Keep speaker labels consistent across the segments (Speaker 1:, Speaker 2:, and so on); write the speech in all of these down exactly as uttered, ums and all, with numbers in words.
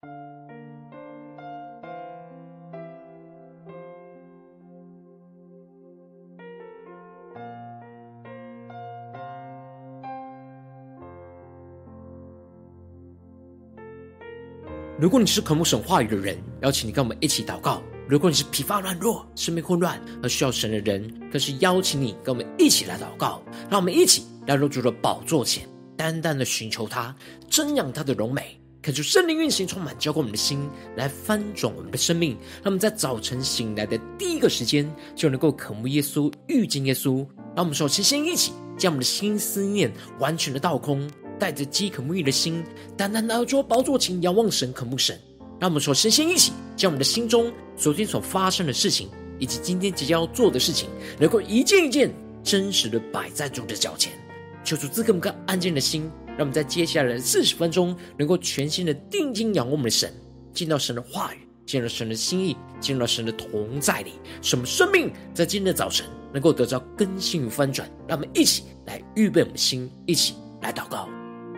Speaker 1: 如果你是渴慕神话语的人，邀请你跟我们一起祷告。如果你是疲乏软弱、生命混乱而需要神的人，更是邀请你跟我们一起来祷告。让我们一起来到主的宝座前，单单的寻求他，瞻仰他的荣美，恳求圣灵运行充满浇灌我们的心，来翻转我们的生命。让我们在早晨醒来的第一个时间，就能够渴慕耶稣，遇见耶稣。让我们首先先一起将我们的心思念完全的倒空，带着饥渴沐浴的心，单单的做宝座前仰望神，渴慕神。让我们首先先一起将我们的心中昨天所发生的事情，以及今天即将要做的事情，能够一件一件真实的摆在主的脚前，求主赐给我们个安静的心，让我们在接下来的四十分钟能够全心的定睛仰望我们的神，进到神的话语，进入到神的心意，进入到神的同在里，使我们生命在今天的早晨能够得到更新与翻转。让我们一起来预备我们的心，一起来祷告。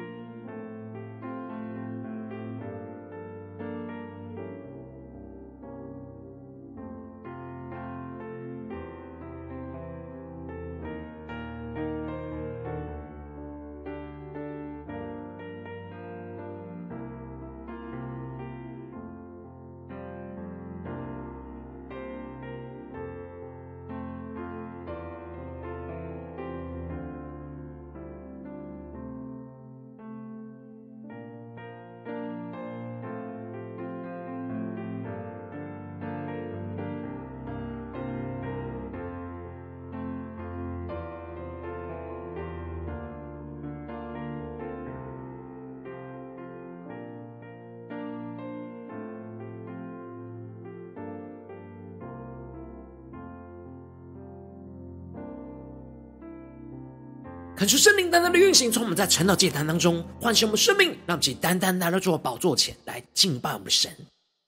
Speaker 1: 恳求圣灵单单的运行，从我们在晨祷祭坛当中唤醒我们生命，让我们一起单单来到主的宝座前来敬拜我们的神。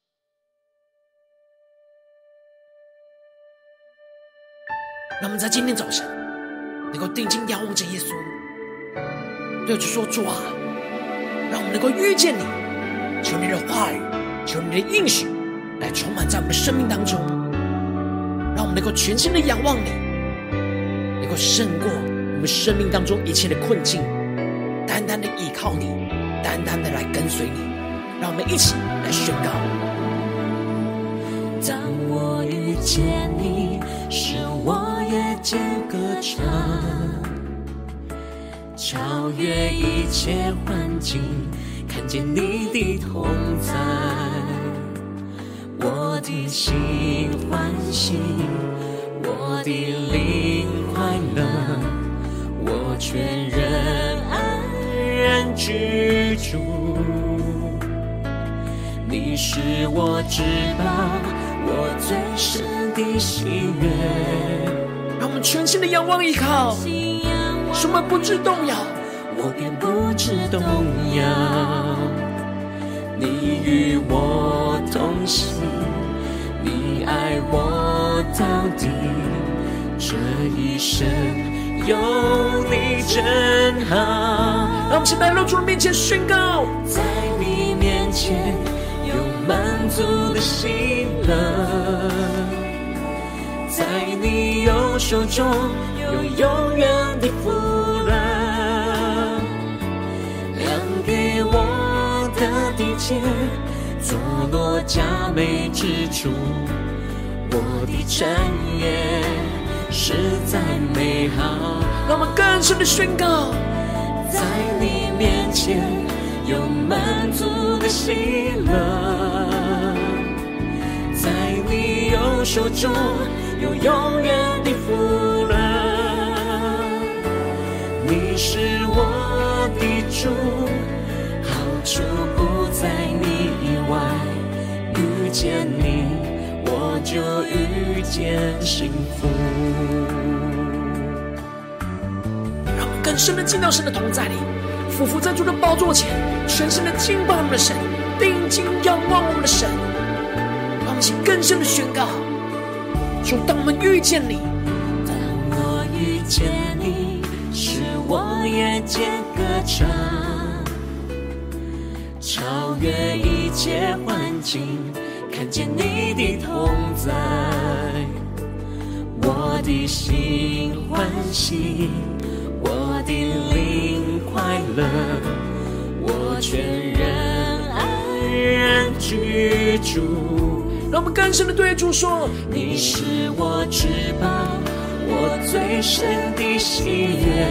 Speaker 1: 让我们在今天早晨能够定睛仰望着耶稣，对主说：主啊，让我们能够遇见你，求你的话语，求你的应许来充满在我们的生命当中，让我们能够全心的仰望你，能够胜过我们生命当中一切的困境，单单的依靠你，单单的来跟随你。让我们一起来宣告：
Speaker 2: 当我遇见你时，我夜间歌唱，超越一切环境，看见你的同在，我的心欢喜，我的灵快乐，我全人安然居住。你是我至宝，我最深的喜悦。
Speaker 1: 让我们全心的仰望依靠，什么不致动摇，
Speaker 2: 我便不致动摇。你与我同行，你爱我到底，这一生有你真好。
Speaker 1: 让我们现在来到主的面前宣告，
Speaker 2: 在你面前有满足的喜乐，在你右手中有永远的福乐，量给我的地界，坐落佳美之处，我的产业实在美好。
Speaker 1: 让我们更深的宣告，
Speaker 2: 在你面前有满足的喜乐，在你右手中有永远的福乐。你是我的主，好处不在你以外，遇见你我就遇见幸福。
Speaker 1: 让我们更深的进到神的同在里，俯伏在主的宝座前，全身的敬拜我们的神，定睛仰望我们的神。让我们一起更深的宣告，说当我们遇见你，
Speaker 2: 当我遇见你时，我夜间歌唱，超越一切环境，看见你的同在，我的心欢喜，我的灵快乐，我全然安然居住。
Speaker 1: 让我们更深的对主说，
Speaker 2: 你是我至宝，我最深的喜悦，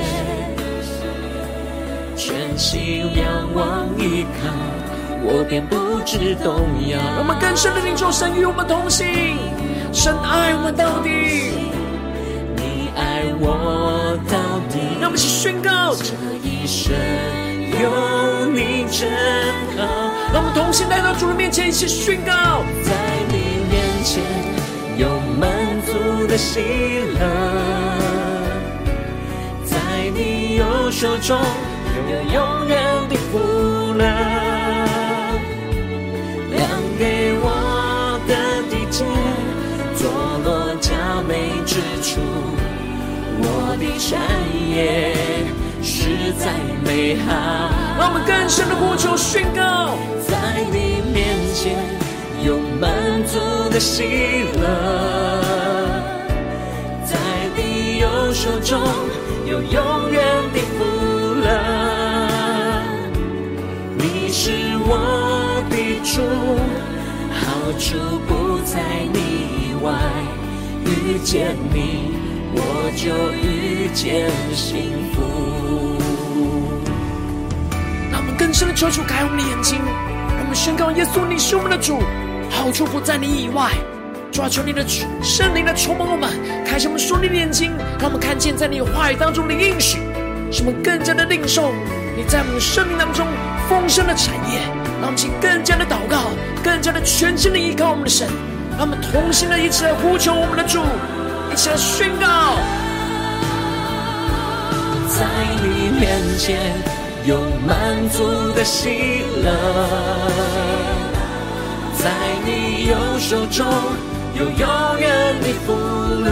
Speaker 2: 全心仰望依靠，我便不知动摇。
Speaker 1: 让我们更深的领受神与我们同行，神爱我们到底，
Speaker 2: 你爱我到底。
Speaker 1: 让我们一起宣告，
Speaker 2: 这一生有你真好。
Speaker 1: 让我们同心来到主的面前，一起宣告，
Speaker 2: 在你面前有满足的喜乐，在你右手中有永远的福乐，量给我的地界，坐落佳美之处，我的产业实在美好。
Speaker 1: 让我们更深的呼求宣告，
Speaker 2: 在你面前有满足的喜乐，在你右手中有永远的福乐，你是我的主，好处不在你以外，遇见你我就遇见幸福。
Speaker 1: 让我们更深的求主开我们的眼睛，让我们宣告耶稣你是我们的主，好处不在你以外。主啊，求你的圣灵来充满我们，开启我们属灵的眼睛，让我们看见在你话语当中的应许，使我们更加的领受你在我们的生命当中丰盛的产业。让我们请更加的祷告，更加的全心的依靠我们的神，让我们同心的一起来呼求我们的主，一起来宣告，
Speaker 2: 在你面前有满足的喜乐，在你右手中有永远的福乐，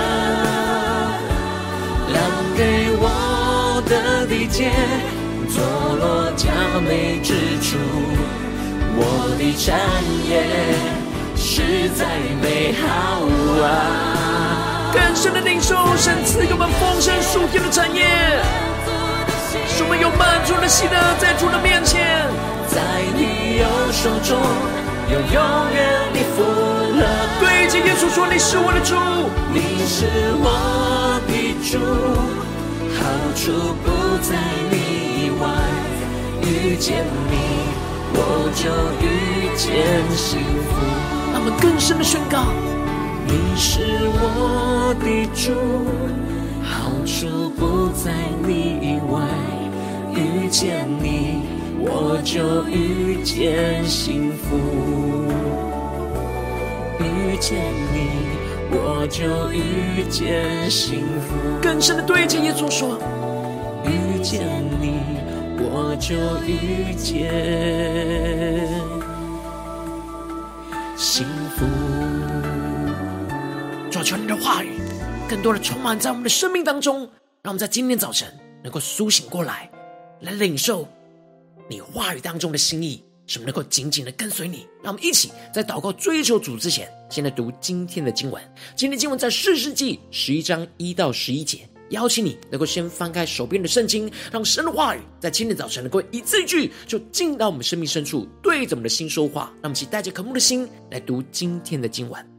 Speaker 2: 量给我的地界，坐落佳美之处，我的产业实在美好啊。
Speaker 1: 更深的领受神赐给我们丰盛属天的产业，使我们有满足的喜乐在主的面前。
Speaker 2: 在你右手中有永远的福乐，
Speaker 1: 对着耶稣说，你是我的主，
Speaker 2: 你是我的主，好处不在你以外，遇见你我就遇见幸福。
Speaker 1: 让我们更深的宣告，
Speaker 2: 你是我的主，好处不在你以外，遇见你我就遇见幸福，遇见你我就遇见幸福。
Speaker 1: 更深的对着耶稣说，
Speaker 2: 遇见你我就遇见幸福。
Speaker 1: 主啊，求你的话语更多的充满在我们的生命当中，让我们在今天早晨能够苏醒过来，来领受你话语当中的心意，使我们能够紧紧的跟随你。让我们一起在祷告追求主之前，先来读今天的经文。今天的经文在士师记十一章一到十一节。邀请你能够先翻开手边的圣经，让神的话语在今天早晨能够一字一句就进到我们生命深处，对着我们的心说话。让我们一起带着渴慕的心来读今天的经文。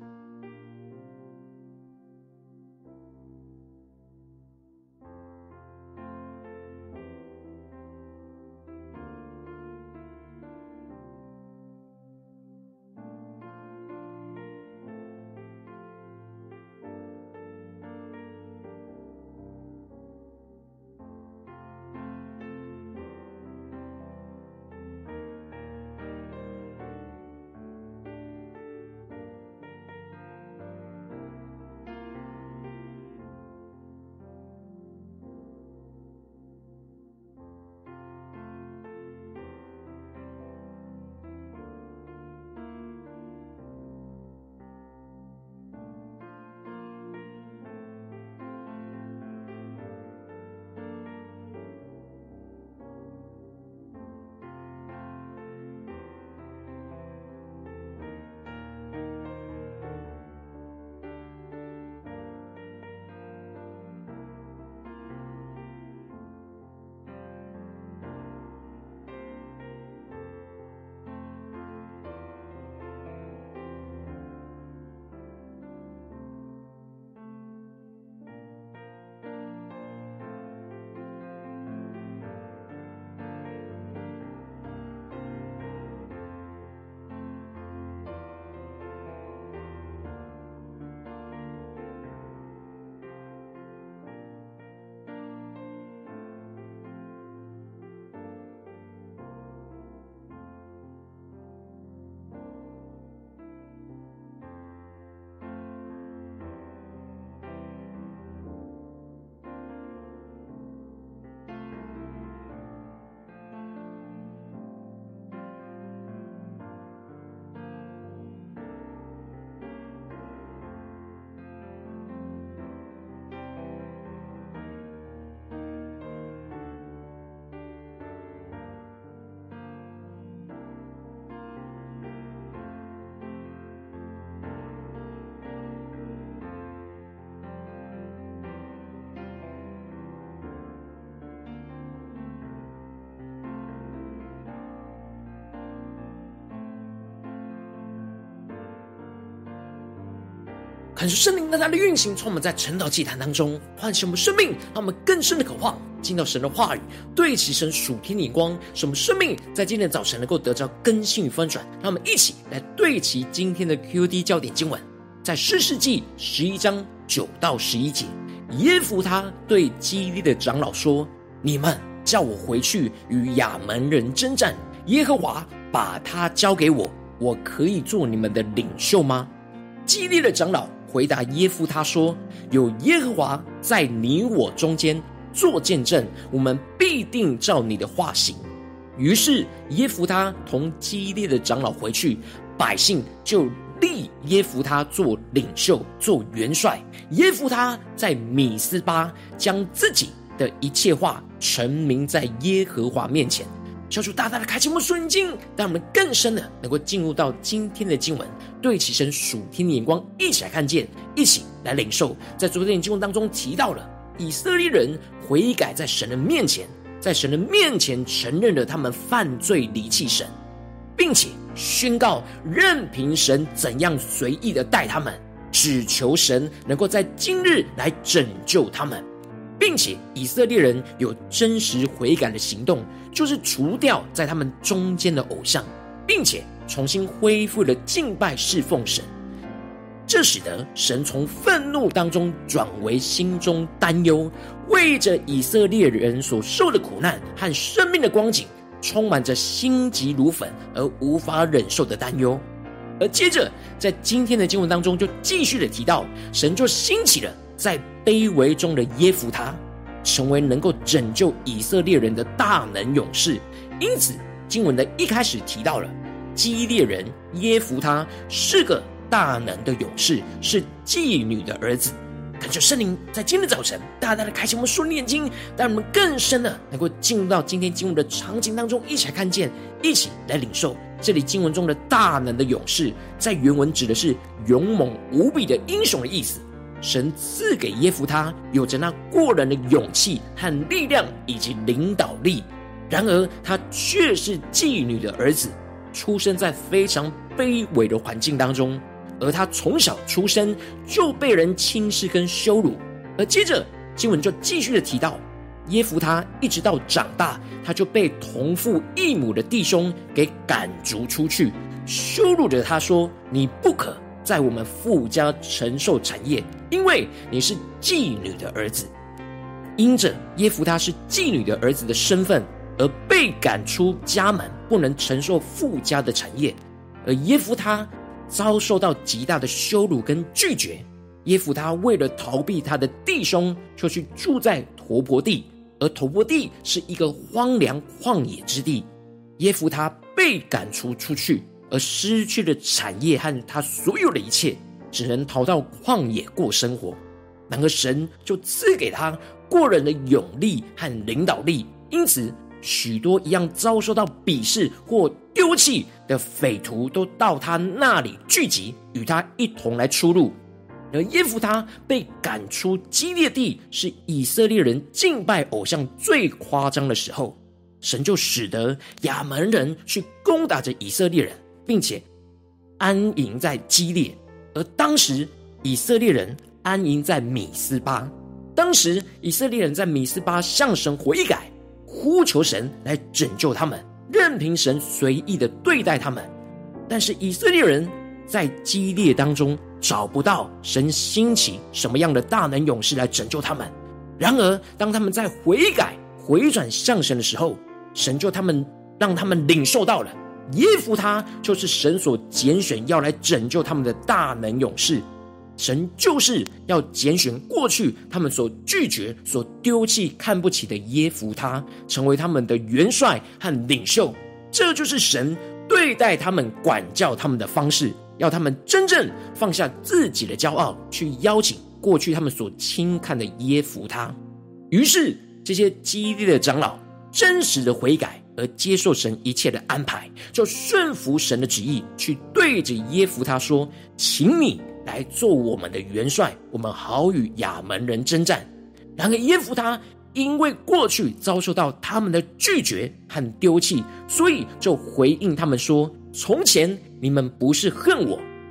Speaker 1: 恳求圣灵在他的运行充满在晨祷祭坛当中，唤醒我们生命，让我们更深的渴望进到神的话语，对齐神属天的眼光，使我们生命在今天的早晨能够得到更新与翻转。让我们一起来对齐今天的 Q D 焦点经文，在士世记十一章九到十一节。耶弗他对基利的长老说：你们叫我回去与亚门人征战，耶和华把他交给我，我可以做你们的领袖吗？基利的长老回答耶弗他说：有耶和华在你我中间做见证，我们必定照你的话行。于是耶弗他同基利的长老回去，百姓就立耶弗他做领袖，做元帅。耶弗他在米斯巴将自己的一切话陈明在耶和华面前。求主大大的开启我们属灵经，让我们更深的能够进入到今天的经文，对齐神属天的眼光，一起来看见，一起来领受。在昨天的经文当中提到了以色列人悔改在神的面前，在神的面前承认了他们犯罪离弃神，并且宣告任凭神怎样随意的待他们，只求神能够在今日来拯救他们。并且以色列人有真实悔改的行动，就是除掉在他们中间的偶像，并且重新恢复了敬拜侍奉神。这使得神从愤怒当中转为心中担忧，为着以色列人所受的苦难和生命的光景，充满着心急如焚而无法忍受的担忧。而接着在今天的经文当中就继续的提到，神就兴起了在卑微中的耶弗他，成为能够拯救以色列人的大能勇士。因此经文的一开始提到了基列人耶弗他是个大能的勇士，是妓女的儿子。恳求圣灵在今天的早晨大大的开启我们属灵眼睛，让我们更深的能够进入到今天经文的场景当中，一起来看见，一起来领受。这里经文中的大能的勇士，在原文指的是勇猛无比的英雄的意思。神赐给耶弗他有着那过人的勇气和力量以及领导力，然而他却是妓女的儿子，出生在非常卑微的环境当中，而他从小出生就被人轻视跟羞辱。而接着经文就继续的提到，耶弗他一直到长大，他就被同父异母的弟兄给赶逐出去，羞辱着他说：你不可在我们父家承受产业，因为你是妓女的儿子。因着耶弗他是妓女的儿子的身份，而被赶出家门，不能承受父家的产业。而耶弗他遭受到极大的羞辱跟拒绝。耶弗他为了逃避他的弟兄，就去住在陀伯地，而陀伯地是一个荒凉旷野之地。耶弗他被赶出出去，而失去了产业和他所有的一切，只能逃到旷野过生活。然而神就赐给他过人的勇力和领导力，因此许多一样遭受到鄙视或丢弃的匪徒都到他那里聚集，与他一同来出入。而耶弗他被赶出基列地，是以色列人敬拜偶像最夸张的时候，神就使得亚门人去攻打着以色列人，并且安营在基列。而当时以色列人安营在米斯巴，当时以色列人在米斯巴向神悔改，呼求神来拯救他们，任凭神随意的对待他们。但是以色列人在基列当中找不到神兴起什么样的大能勇士来拯救他们。然而当他们在悔改回转向神的时候，神就他们让他们领受到了耶弗他就是神所拣选要来拯救他们的大能勇士。神就是要拣选过去他们所拒绝、所丢弃、看不起的耶弗他，成为他们的元帅和领袖。这就是神对待他们、管教他们的方式，要他们真正放下自己的骄傲，去邀请过去他们所轻看的耶弗他。于是这些基列的长老真实的悔改，而接受神一切的安排，就顺服神的旨意，去对着耶弗他说：请你来做我们的元帅，我们好与亚门人征战。然而耶弗他因为过去遭受到他们的拒绝和丢弃，所以就回应他们说：从前你们不是恨我，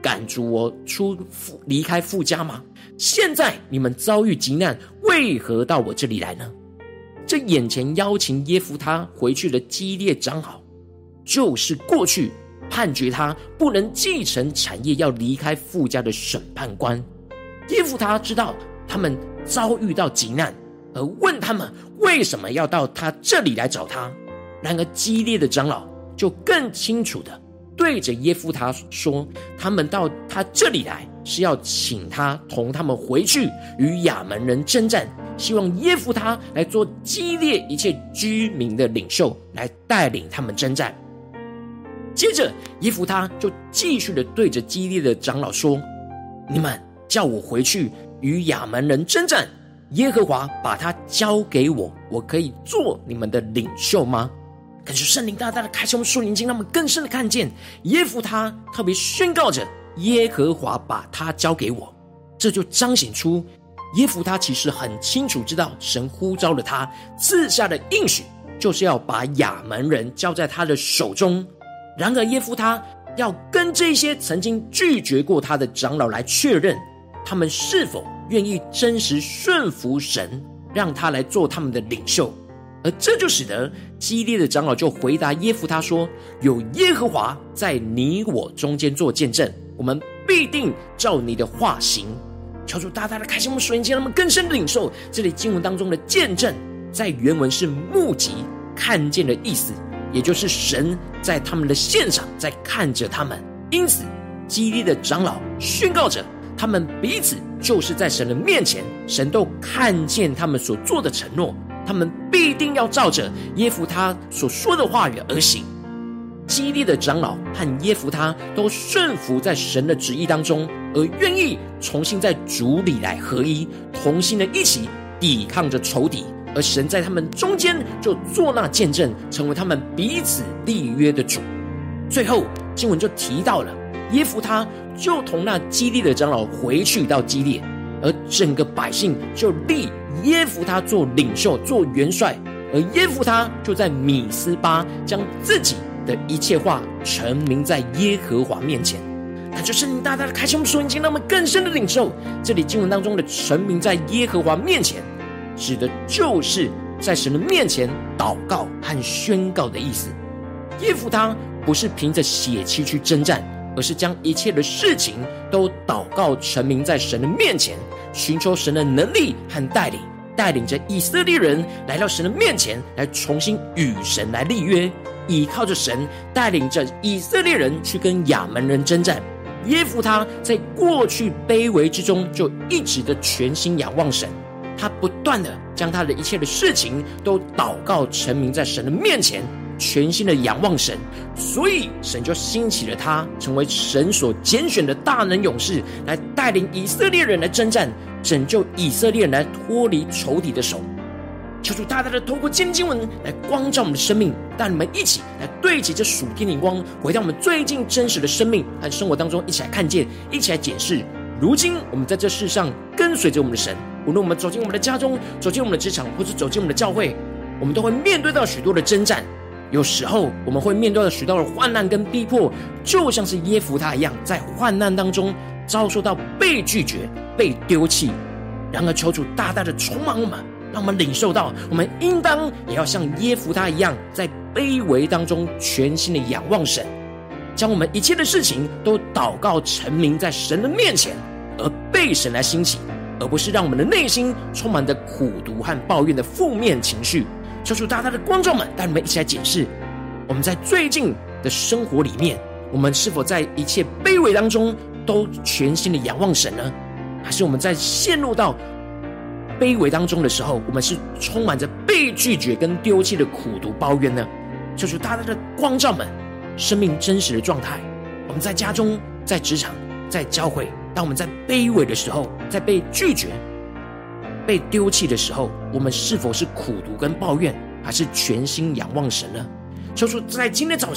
Speaker 1: 赶逐我出离开父家吗？现在你们遭遇急难，为何到我这里来呢？这眼前邀请耶弗他回去的基列长老，就是过去判决他不能继承产业要离开父家的审判官。耶弗他知道他们遭遇到急难，而问他们为什么要到他这里来找他。然而基列的长老就更清楚的对着耶弗他说，他们到他这里来是要请他同他们回去与亚门人征战，希望耶弗他来做基列一切居民的领袖，来带领他们征战。接着耶弗他就继续的对着基列的长老说，你们叫我回去与亚门人征战，耶和华把他交给我，我可以做你们的领袖吗？感谢圣灵大大的开启我们属灵眼睛，让我们更深的看见耶弗他特别宣告着耶和华把他交给我，这就彰显出耶弗他其实很清楚知道神呼召了他，赐下的应许就是要把亚门人交在他的手中。然而耶弗他要跟这些曾经拒绝过他的长老来确认，他们是否愿意真实顺服神，让他来做他们的领袖。而这就使得基列的长老就回答耶弗他说，有耶和华在你我中间做见证，我们必定照你的话行。求主大大的开启我们属灵眼睛，让我们更深的领受这里经文当中的见证，在原文是目击看见的意思，也就是神在他们的现场在看着他们。因此基列的长老宣告着，他们彼此就是在神的面前，神都看见他们所做的承诺，他们必定要照着耶弗他所说的话语而行。基列的长老和耶弗他都顺服在神的旨意当中，而愿意重新在主里来合一，同心的一起抵抗着仇敌，而神在他们中间就做那见证，成为他们彼此立约的主。最后经文就提到了耶弗他就同那基列的长老回去到基列，而整个百姓就立耶弗他做领袖做元帅，而耶弗他就在米斯巴将自己的一切话陈明在耶和华面前。那就是你大大的开启我们属灵眼睛，让我们更深的领受这里经文当中的陈明在耶和华面前，指的就是在神的面前祷告和宣告的意思。耶弗他不是凭着血气去征战，而是将一切的事情都祷告陈明在神的面前，寻求神的能力和带领，带领着以色列人来到神的面前，来重新与神来立约，依靠着神带领着以色列人去跟亚门人征战。耶弗他在过去卑微之中就一直的全心仰望神，他不断的将他的一切的事情都祷告陈明在神的面前，全心的仰望神，所以神就兴起了他，成为神所拣选的大能勇士，来带领以色列人来征战，拯救以色列人来脱离仇敌的手。求主大大的透过今天经文来光照我们的生命，带你们一起来对齐这属天的光，回到我们最近真实的生命和生活当中，一起来看见，一起来检视。如今我们在这世上跟随着我们的神，无论我们走进我们的家中，走进我们的职场，或是走进我们的教会，我们都会面对到许多的征战。有时候我们会面对到许多的患难跟逼迫，就像是耶弗他一样，在患难当中遭受到被拒绝、被丢弃。然而求主大大的充满我们，让我们领受到我们应当也要像耶弗他一样，在卑微当中全心的仰望神，将我们一切的事情都祷告陈明在神的面前，而被神来兴起，而不是让我们的内心充满着苦毒和抱怨的负面情绪。求主大大的光照们，带你们一起来检视我们在最近的生活里面，我们是否在一切卑微当中都全心的仰望神呢？还是我们在陷入到卑微当中的时候，我们是充满着被拒绝跟丢弃的苦毒抱怨呢？求主大大的光照们生命真实的状态。我们在家中、在职场、在教会，当我们在卑微的时候，在被拒绝、被丢弃的时候，我们是否是苦毒跟抱怨，还是全心仰望神呢？求主在今天早晨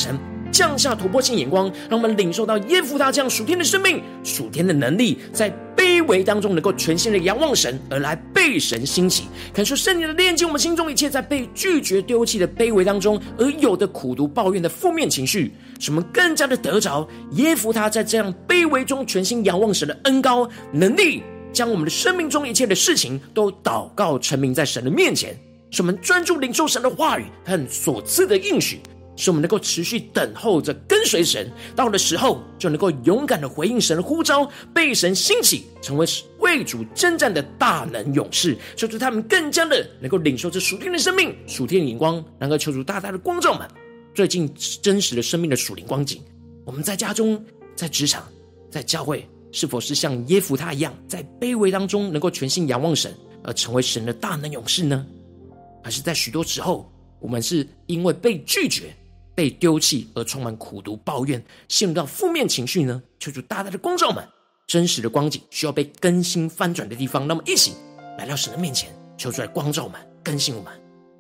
Speaker 1: 降下突破性眼光，让我们领受到耶弗他这样属天的生命、属天的能力，在卑微当中能够全心的仰望神，而来被神兴起。感受圣灵的炼净我们心中一切在被拒绝丢弃的卑微当中而有的苦毒抱怨的负面情绪，使我们更加的得着耶弗他在这样卑微中全心仰望神的恩膏能力，将我们的生命中一切的事情都祷告陈明在神的面前，使我们专注领受神的话语和所赐的应许，使我们能够持续等候着跟随神，到的时候就能够勇敢的回应神的呼召，被神兴起成为为主征战的大能勇士。求主他们更加的能够领受这属天的生命、属天的眼光，能够求主大大的光照们最近真实的生命的属灵光景。我们在家中、在职场、在教会，是否是像耶弗他一样，在卑微当中能够全心仰望神，而成为神的大能勇士呢？还是在许多时候，我们是因为被拒绝、被丢弃而充满苦毒抱怨，陷入到负面情绪呢？求主大大的光照们真实的光景需要被更新翻转的地方，那么一起来到神的面前，求主来光照我们、更新我们。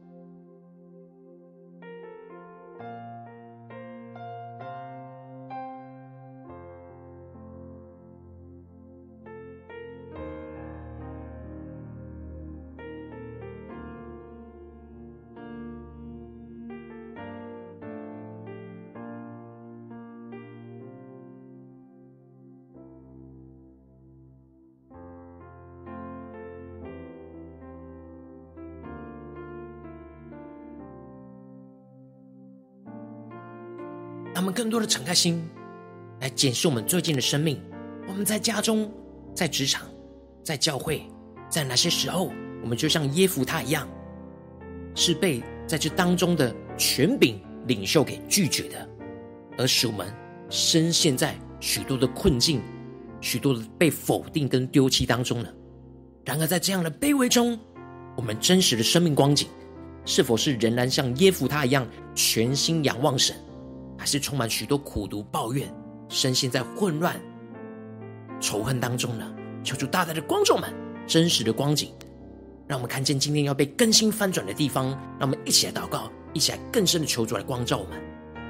Speaker 1: 让我们更多的敞开心来检视我们最近的生命。我们在家中、在职场、在教会，在哪些时候我们就像耶弗他一样，是被在这当中的权柄领袖给拒绝的，而使我们深陷在许多的困境、许多的被否定跟丢弃当中呢？然而在这样的卑微中，我们真实的生命光景是否是仍然像耶弗他一样全心仰望神，还是充满许多苦毒抱怨，深陷在混乱仇恨当中呢？求主大大的光照们真实的光景，让我们看见今天要被更新翻转的地方。让我们一起来祷告，一起来更深的求主来光照我们。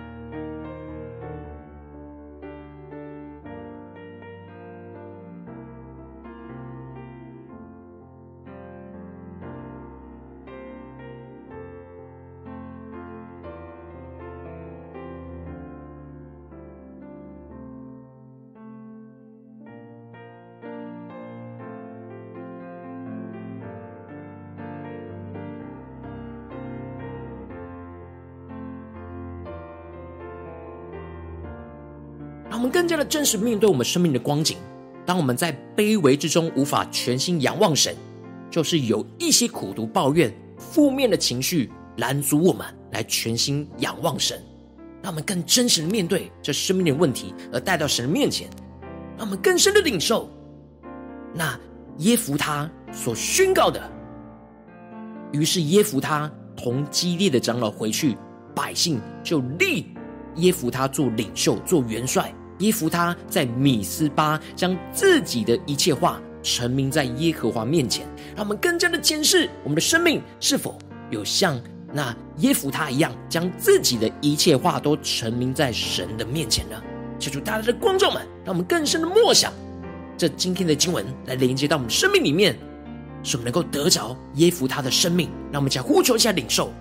Speaker 1: 让我们更加的真实面对我们生命的光景。当我们在卑微之中无法全心仰望神，就是有一些苦毒抱怨、负面的情绪拦阻我们来全心仰望神。让我们更真实的面对这生命的问题，而带到神的面前，让我们更深的领受那耶弗他所宣告的。于是耶弗他同基列的长老回去，百姓就立耶弗他做领袖、做元帅。耶弗他在米斯巴将自己的一切话陈明在耶和华面前。让我们更加的检视我们的生命是否有像那耶弗他一样，将自己的一切话都陈明在神的面前呢？求主大家的光照们，让我们更深的默想这今天的经文，来连接到我们生命里面，使我们能够得着耶弗他的生命。让我们一起来呼求一下领受。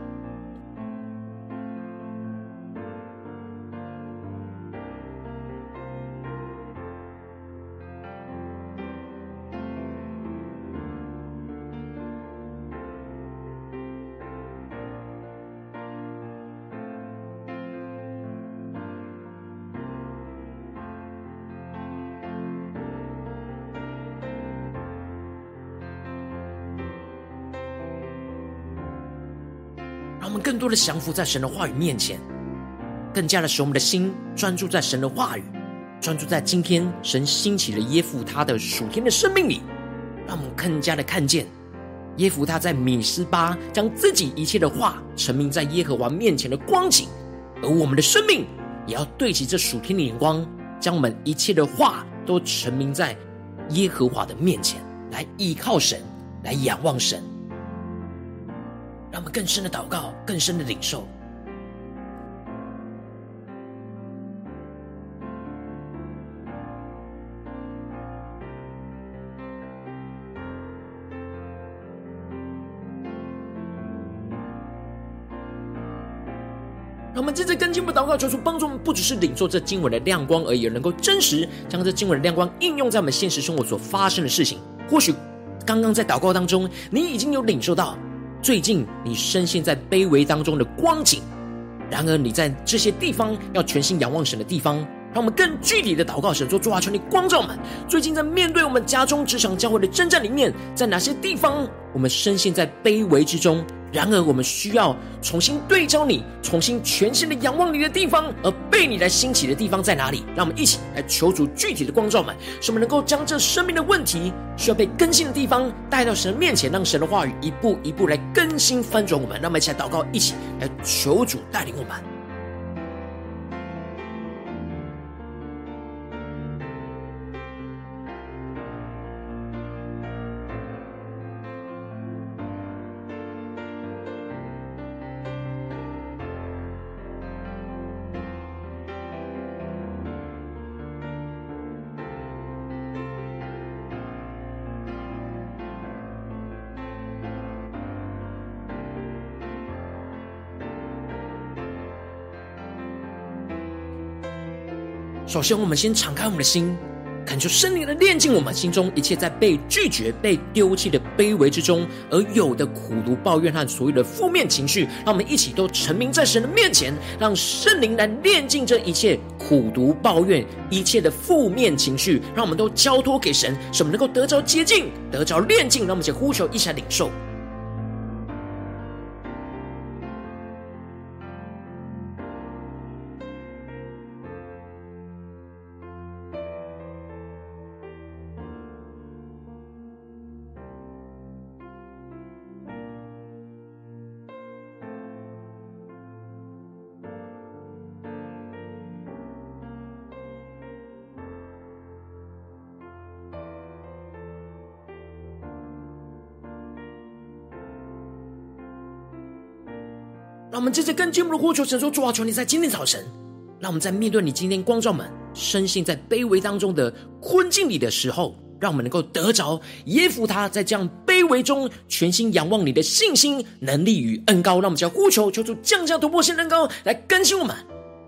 Speaker 1: 让我们更多的降服在神的话语面前，更加的使我们的心专注在神的话语，专注在今天神兴起了耶弗他的属天的生命里。让我们更加的看见耶弗他在米斯巴将自己一切的话陈明在耶和华面前的光景，而我们的生命也要对齐这属天的眼光，将我们一切的话都陈明在耶和华的面前，来依靠神，来仰望神。让我们更深的祷告，更深的领受。 让我们接着跟进我们的祷告，求主帮助我们，不只是领受这经文的亮光而已，也能够真实将这经文的亮光应用在我们现实生活所发生的事情。或许刚刚在祷告当中，你已经有领受到最近你深陷在卑微当中的光景，然而你在这些地方要全心仰望神的地方，让我们更具体的祷告神说，主啊，求你光照我们，最近在面对我们家中职场教会的征战里面，在哪些地方我们深陷在卑微之中，然而我们需要重新对照你，重新全心的仰望你的地方，而被你来兴起的地方在哪里？让我们一起来求主具体的光照我们，使我们能够将这生命的问题需要被更新的地方带到神面前，让神的话语一步一步来更新翻转我们。让我们一起来祷告，一起来求主带领我们。首先我们先敞开我们的心，恳求圣灵的炼净我们心中一切在被拒绝被丢弃的卑微之中而有的苦毒抱怨和所有的负面情绪，让我们一起都沉迷在神的面前，让圣灵来炼净这一切苦毒抱怨一切的负面情绪，让我们都交托给神，使我们能够得着洁净得着炼净。让我们一起呼求，一起来领受。让我们接着更进一步的呼求神说，主啊，求你在今天早晨，让我们在面对你今天光照们深陷在卑微当中的困境里的时候，让我们能够得着耶孚他在这样卑微中全心仰望你的信心能力与恩膏。让我们将呼求求主降下突破性恩膏来更新我们。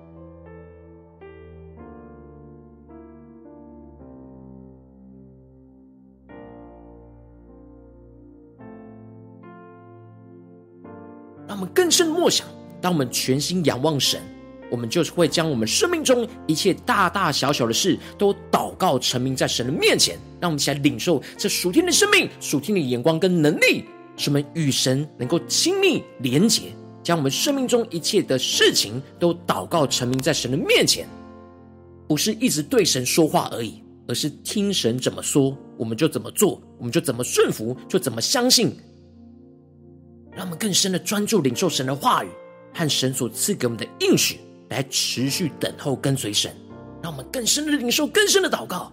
Speaker 1: 让我们更深默想，当我们全心仰望神，我们就是会将我们生命中一切大大小小的事都祷告陈明在神的面前。让我们一起来领受这属天的生命属天的眼光跟能力，使我们与神能够亲密连结，将我们生命中一切的事情都祷告陈明在神的面前，不是一直对神说话而已，而是听神怎么说我们就怎么做，我们就怎么顺服，就怎么相信。让我们更深的专注领受神的话语和神所赐给我们的应许，来持续等候跟随神。让我们更深的领受更深的祷告。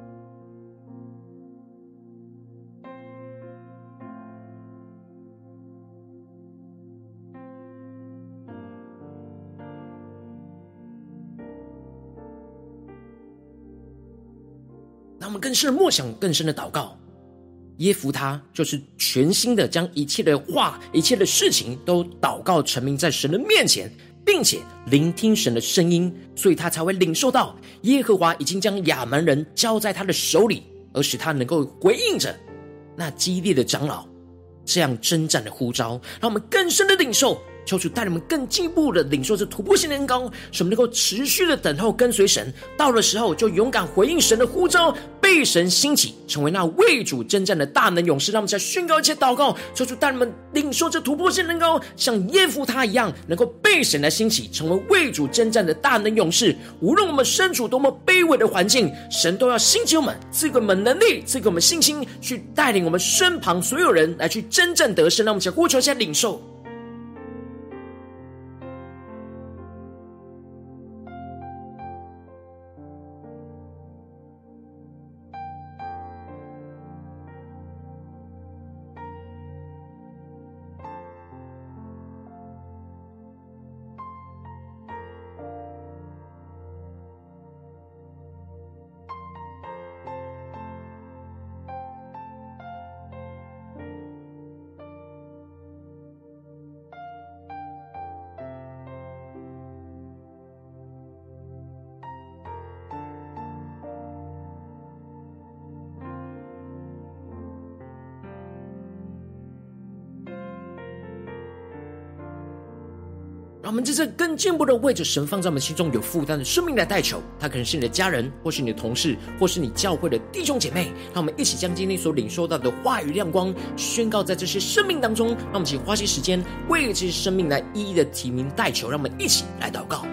Speaker 1: 让我们更深的默想更深的祷告。耶孚他就是全心的将一切的话一切的事情都祷告陈明在神的面前，并且聆听神的声音，所以他才会领受到耶和华已经将亚扪人交在他的手里，而使他能够回应着那激烈的长老这样征战的呼召。让我们更深的领受，求主带领我们更进一步的领受这突破性的恩膏，使我们能够持续的等候跟随神，到了时候就勇敢回应神的呼召，被神兴起成为那为主征战的大能勇士。让我们再宣告一切祷告，求主带领我们领受这突破性的恩膏，像耶孚他一样能够被神来兴起成为为主征战的大能勇士。无论我们身处多么卑微的环境，神都要兴起我们，赐给我们能力，赐给我们信心，去带领我们身旁所有人来去征战得胜。让我们再呼求一下领受。 让我们在这更进一步的为着神放在我们心中有负担的生命来代求。他可能是你的家人，或是你的同事，或是你教会的弟兄姐妹。让我们一起将今天所领受到的话语亮光宣告在这些生命当中。让我们一起花些时间为这些生命来一一的提名代求。让我们一起来祷告。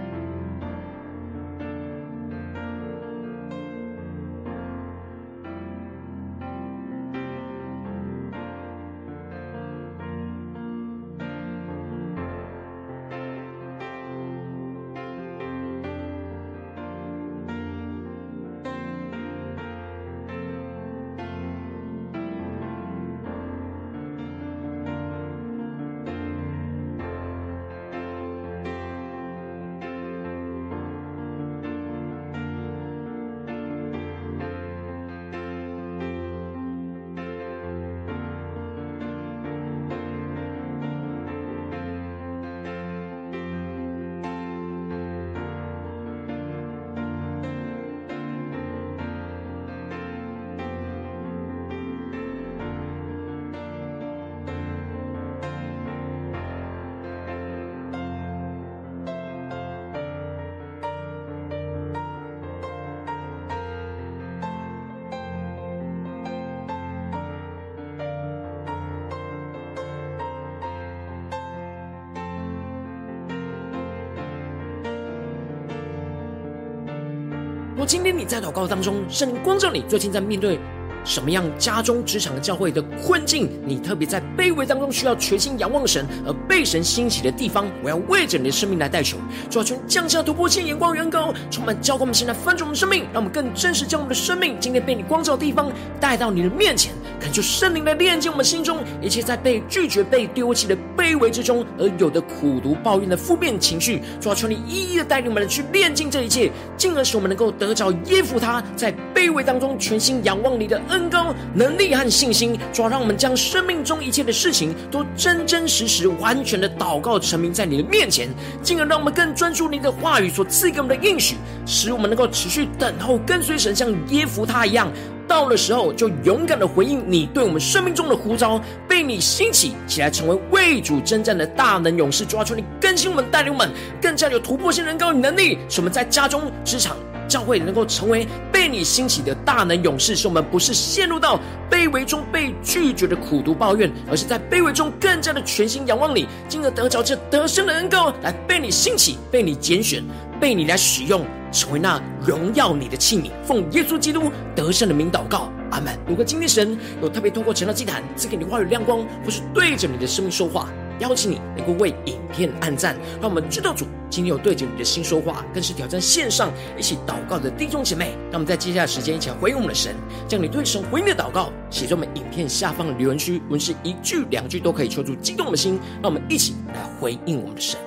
Speaker 1: 若今天你在祷告当中，圣灵光照你最近在面对什么样家中职场教会的困境，你特别在卑微当中需要全心仰望神而被神兴起的地方，我要为着你的生命来代求。主要求你降下突破性眼光远高，充满浇灌我们现在翻转我们的生命，让我们更真实将我们的生命今天被你光照的地方带到你的面前，恳求圣灵来炼净我们心中一切在被拒绝被丢弃的卑微之中而有的苦毒抱怨的负面情绪。主要求你一一的带领我们去炼净这一切，进而使我们能够得着耶夫他在卑微当中全心仰望你的恩膏能力和信心。主要让我们将生命中一切的事情都真真实实完全的祷告陈明在你的面前，进而让我们更专注你的话语所赐给我们的应许，使我们能够持续等候跟随神，像耶夫他一样，到了时候就勇敢的回应你对我们生命中的呼召，被你兴起起来成为为主征战的大能勇士。主要求你更新我们，带领我们更加有突破性人高与能力，使我们在家中职场教会能够成为被你兴起的大能勇士，使我们不是陷入到卑微中被拒绝的苦毒抱怨，而是在卑微中更加的全心仰望你，进而得着这得胜的恩膏，来被你兴起，被你拣选，被你来使用，成为那荣耀你的器皿。奉耶稣基督得胜的名祷告，阿们。如果今天神有特别透过晨祷祭坛赐给你话语亮光，或是对着你的生命说话，邀请你能够为影片按赞，让我们知道主今天有对着你的心说话，更是挑战线上一起祷告的弟兄姐妹。让我们在接下来的时间一起来回应我们的神，将你对神回应的祷告写在我们影片下方的留言区，无论是一句两句都可以抽出激动我们的心，让我们一起来回应我们的神。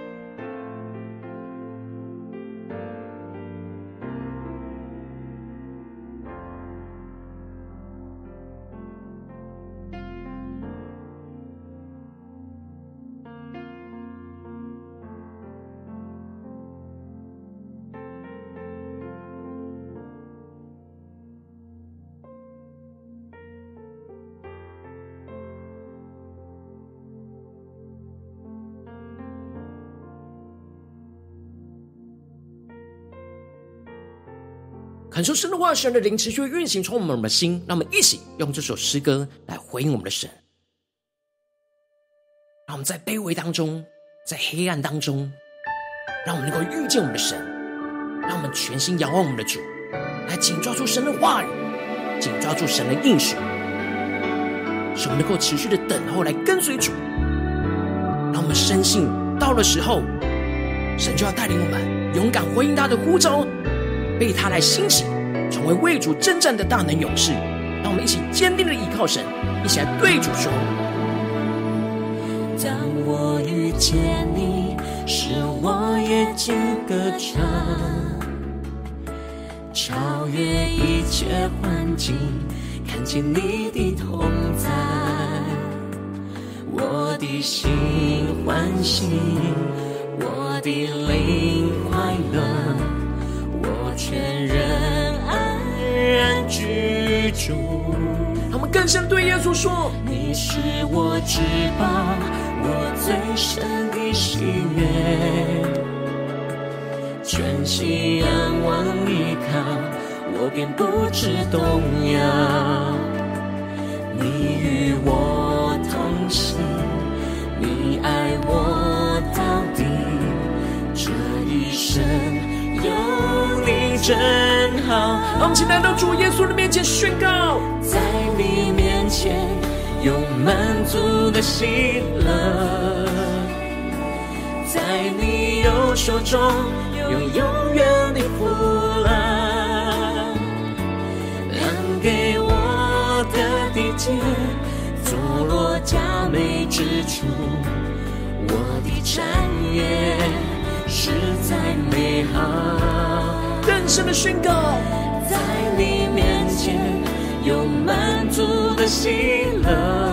Speaker 1: 恳求神的话，神的灵持续运行充满我们的心，让我们一起用这首诗歌来回应我们的神。让我们在卑微当中，在黑暗当中，让我们能够遇见我们的神，让我们全心仰望我们的主，来紧抓住神的话语，紧抓住神的应许，使我们能够持续的等候来跟随主。让我们深信到了时候，神就要带领我们勇敢回应他的呼召，被他来兴起，成为为主征战的大能勇士。让我们一起坚定的依靠神，一起来对主说：
Speaker 2: 当我遇见你，使我眼睛歌唱，超越一切环境，看见你的同在，我的心欢喜，我的灵快乐，我全人安然居住。
Speaker 1: 他们更深对耶稣说：
Speaker 2: 你是我至宝，我最深的的喜悦，全心仰望依靠，我便不致动摇。你与我同行，你爱我到底，这一生有你真好。
Speaker 1: 让我们一起来到主耶稣的面前宣告，
Speaker 2: 在你面前有满足的喜乐，在你右手中有永远的福乐，量给我的地界，坐落佳美之处，我的产业实在美好。
Speaker 1: 更深的宣告，
Speaker 2: 在你面前有满足的喜乐，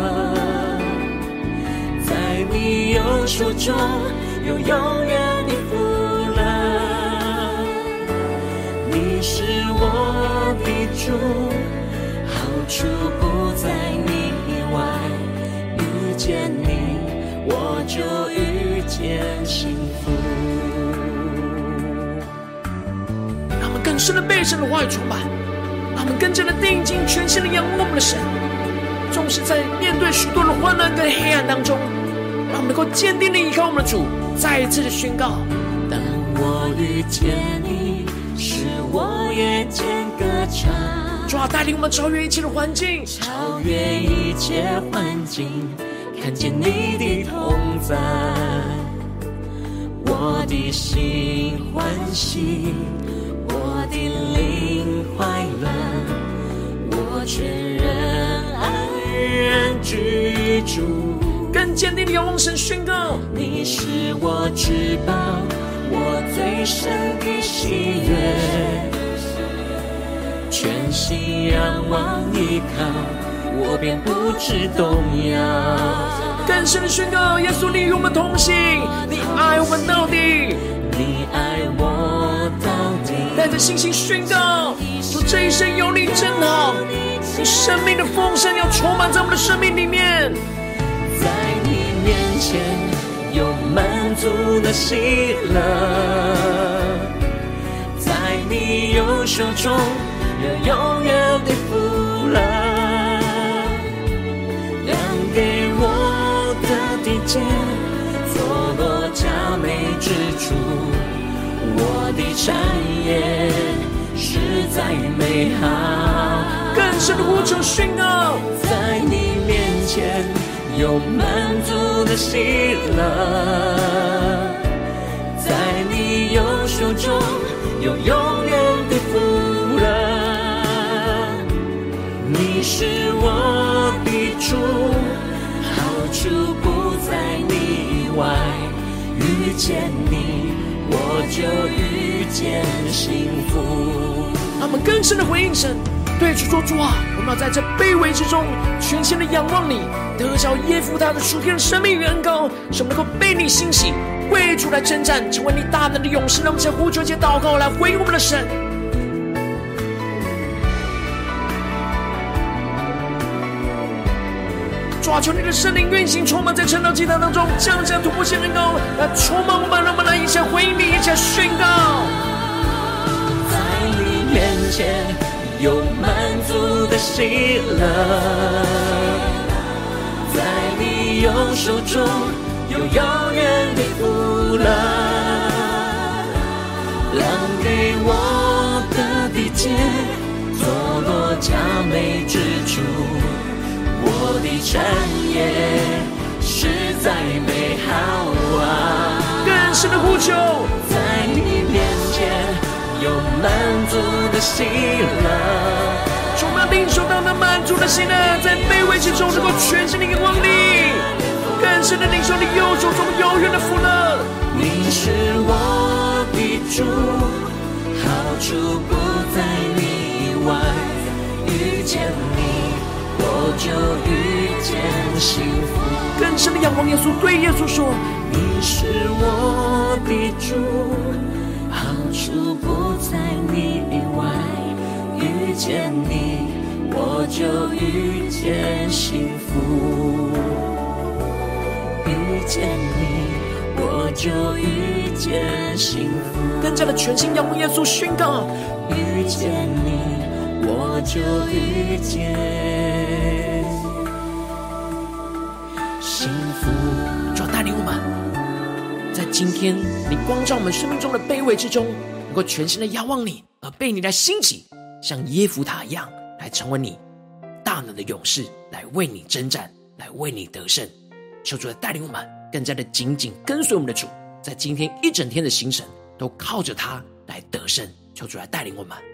Speaker 2: 在你右手中有永远的福乐，你是我的主，好处不在你以外，遇见你我就遇见幸福。
Speaker 1: 让我们更深的被神的话语充满，让我们更加的定睛全心的仰望我们的神，纵使在面对许多的患难跟黑暗当中，让我们能够坚定的依靠我们的主，再一次的宣告，
Speaker 2: 当我遇见你时，我夜间歌唱。
Speaker 1: 主啊，带领我们超越一切的环境，
Speaker 2: 超越一切环境，看见你的同在，我的心欢喜，我的灵快乐，我全然安然居住。
Speaker 1: 更坚定的仰望神，宣告，
Speaker 2: 你是我至宝，我最深的喜悦，全心仰望依靠，我便不致动摇。
Speaker 1: 更深的宣告，耶稣你与我们同行，你爱我们到底，
Speaker 2: 你爱我到底。
Speaker 1: 带着信心宣告，说这一生有你真好，你生命的丰盛要充满在我们的生命里面。
Speaker 2: 在你面前有满足的喜乐，在你右手中有永远的福乐，量给我的地界，坐落佳美之处，我的产业实在美好。
Speaker 1: 更深的呼求宣告，
Speaker 2: 在你面前有满足的喜乐，在你右手中有永远的福乐，你是我的主，好处不在你以外，遇见你我就遇见幸福。
Speaker 1: 让我们更深的回应神，对主说，主啊，我们要在这卑微之中全心的仰望你，得着耶夫他的属天的生命与恩膏，使我们能够被你兴起，为主来征战，成为你大能的勇士。让我们先呼求且祷告来回应我们的神。主啊，求你的圣灵运行，充满在晨祷祭坛当中，降下突破性恩膏来充满我们，让我们来一起回应你，一起宣告，
Speaker 2: 在你面前有满足的喜乐，在你右手中有永远的福乐，量给我的地界，坐落佳美之处，我的产业实在美好啊。
Speaker 1: 更深的呼求，
Speaker 2: 在你面前有满足的喜乐，
Speaker 1: 主啊，领受到那满足的喜乐，在卑微之中能够全心的仰望你，更深的领受你右手中永远的福乐。
Speaker 2: 你是我的主，好处不在你以外，遇见你我就遇见幸福。
Speaker 1: 更深的仰望耶稣，对耶稣说，
Speaker 2: 你是我的主，好处不在你以外，遇见你我就遇见幸福，遇见你我就遇见幸福。
Speaker 1: 更加的全心仰望耶稣，宣告
Speaker 2: 遇见你，我就遇见幸福。
Speaker 1: 主要带领我们在今天你光照我们生命中的卑微之中，能够全心的仰望你，而被你来兴起，像耶弗他一样来成为你大能的勇士，来为你征战，来为你得胜。求主来带领我们更加的紧紧跟随我们的主，在今天一整天的行程都靠着他来得胜。求主来带领我们。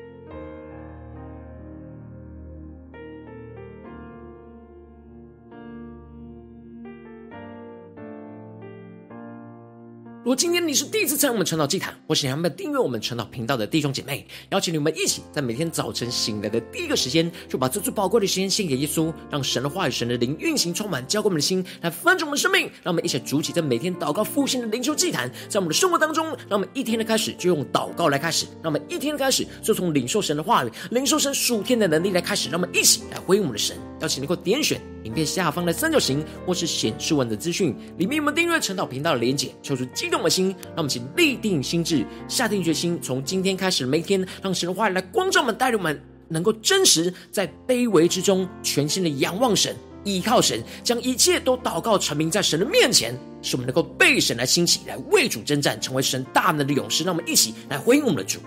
Speaker 1: 如果今天你是第一次参与我们晨祷祭坛，或是你还没有订阅我们晨祷频道的弟兄姐妹，邀请你们一起在每天早晨醒来的第一个时间，就把这最宝贵的时间献给耶稣，让神的话语、神的灵运行充满，浇灌我们的心，来翻转我们的生命。让我们一起筑起在每天祷告复兴的灵修祭坛，在我们的生活当中，让我们一天的开始就用祷告来开始，让我们一天的开始就从领受神的话语、领受神属天的能力来开始。让我们一起来回应我们的神。邀请能够点选影片下方的三角形，或是显示文的资讯里面有我们订阅晨祷频道的连结，求出激动的心，让我们请立定心志，下定决心，从今天开始每一天，让神的话语来光照我们，带领我们能够真实在卑微之中全心的仰望神，依靠神，将一切都祷告陈明在神的面前，使我们能够被神来兴起，来为主征战，成为神大能的勇士。让我们一起来回应我们的主。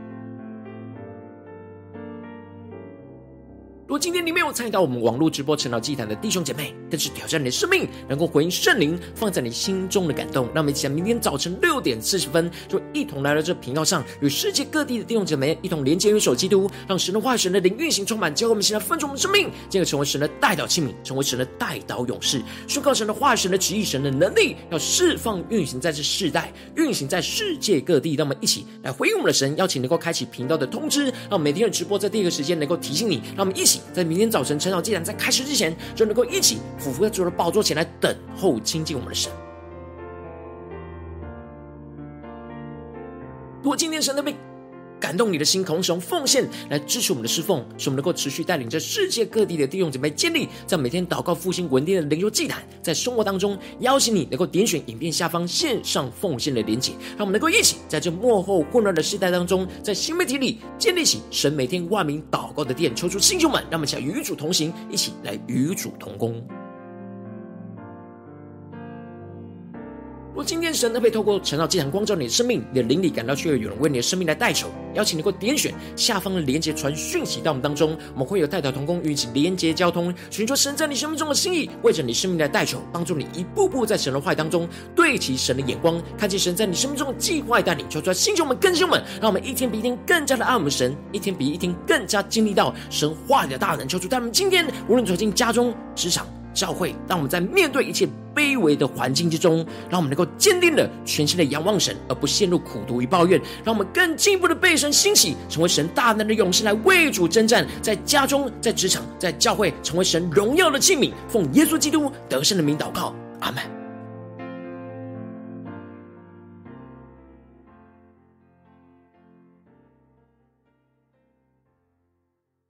Speaker 1: 如果今天你没有参与到我们网络直播晨祷祭坛的弟兄姐妹，更是挑战你的生命，能够回应圣灵放在你心中的感动。让我们一起在明天早晨六点四十分，就一同来到这频道上，与世界各地的弟兄姐妹一同连接元首基督，让神的话语、神的灵运行充满，教会我们现在分出我们的生命，进而成为神的代祷器皿，成为神的代祷勇士，宣告神的话语、神的旨意、神的能力，要释放运行在这世代，运行在世界各地。让我们一起来回应我们的神，邀请能够开启频道的通知，让每天的直播在第一个时间能够提醒你。让我们一起在明天早晨晨祷祭坛在开始之前，就能够一起俯伏在主的宝座前来等候亲近我们的神。如果今天神的被感动你的心，同时用奉献来支持我们的侍奉，使我们能够持续带领着世界各地的弟兄姐妹建立在每天祷告复兴稳定的灵修祭坛，在生活当中邀请你能够点选影片下方线上奉献的连结，让我们能够一起在这末后混乱的时代当中，在新媒体里建立起神每天万名祷告的殿。求出弟兄们，让我们一起来与主同行，一起来与主同工。若今天神特别透过晨祷祭坛光照你的生命，你的灵里感到却有人为你的生命来代求，邀请你能够点选下方的连结传讯息到我们当中，我们会有代祷同工与你一起连结交通，寻求神在你生命中的心意，为着你生命来代求，帮助你一步步在神的话语当中对齐神的眼光，看见神在你生命中的计划带领。求出来星球们更新们，让我们一天比一天更加的爱我们神，一天比一天更加经历到神话语的大能。求主带我们今天无论走进家中、职场、教会，让我们在面对一切卑微的环境之中，让我们能够坚定的全心的仰望神，而不陷入苦毒与抱怨。让我们更进一步的被神兴起，成为神大能的勇士，来为主征战，在家中、在职场、在教会，成为神荣耀的器皿。奉耶稣基督得胜的名祷告，阿们。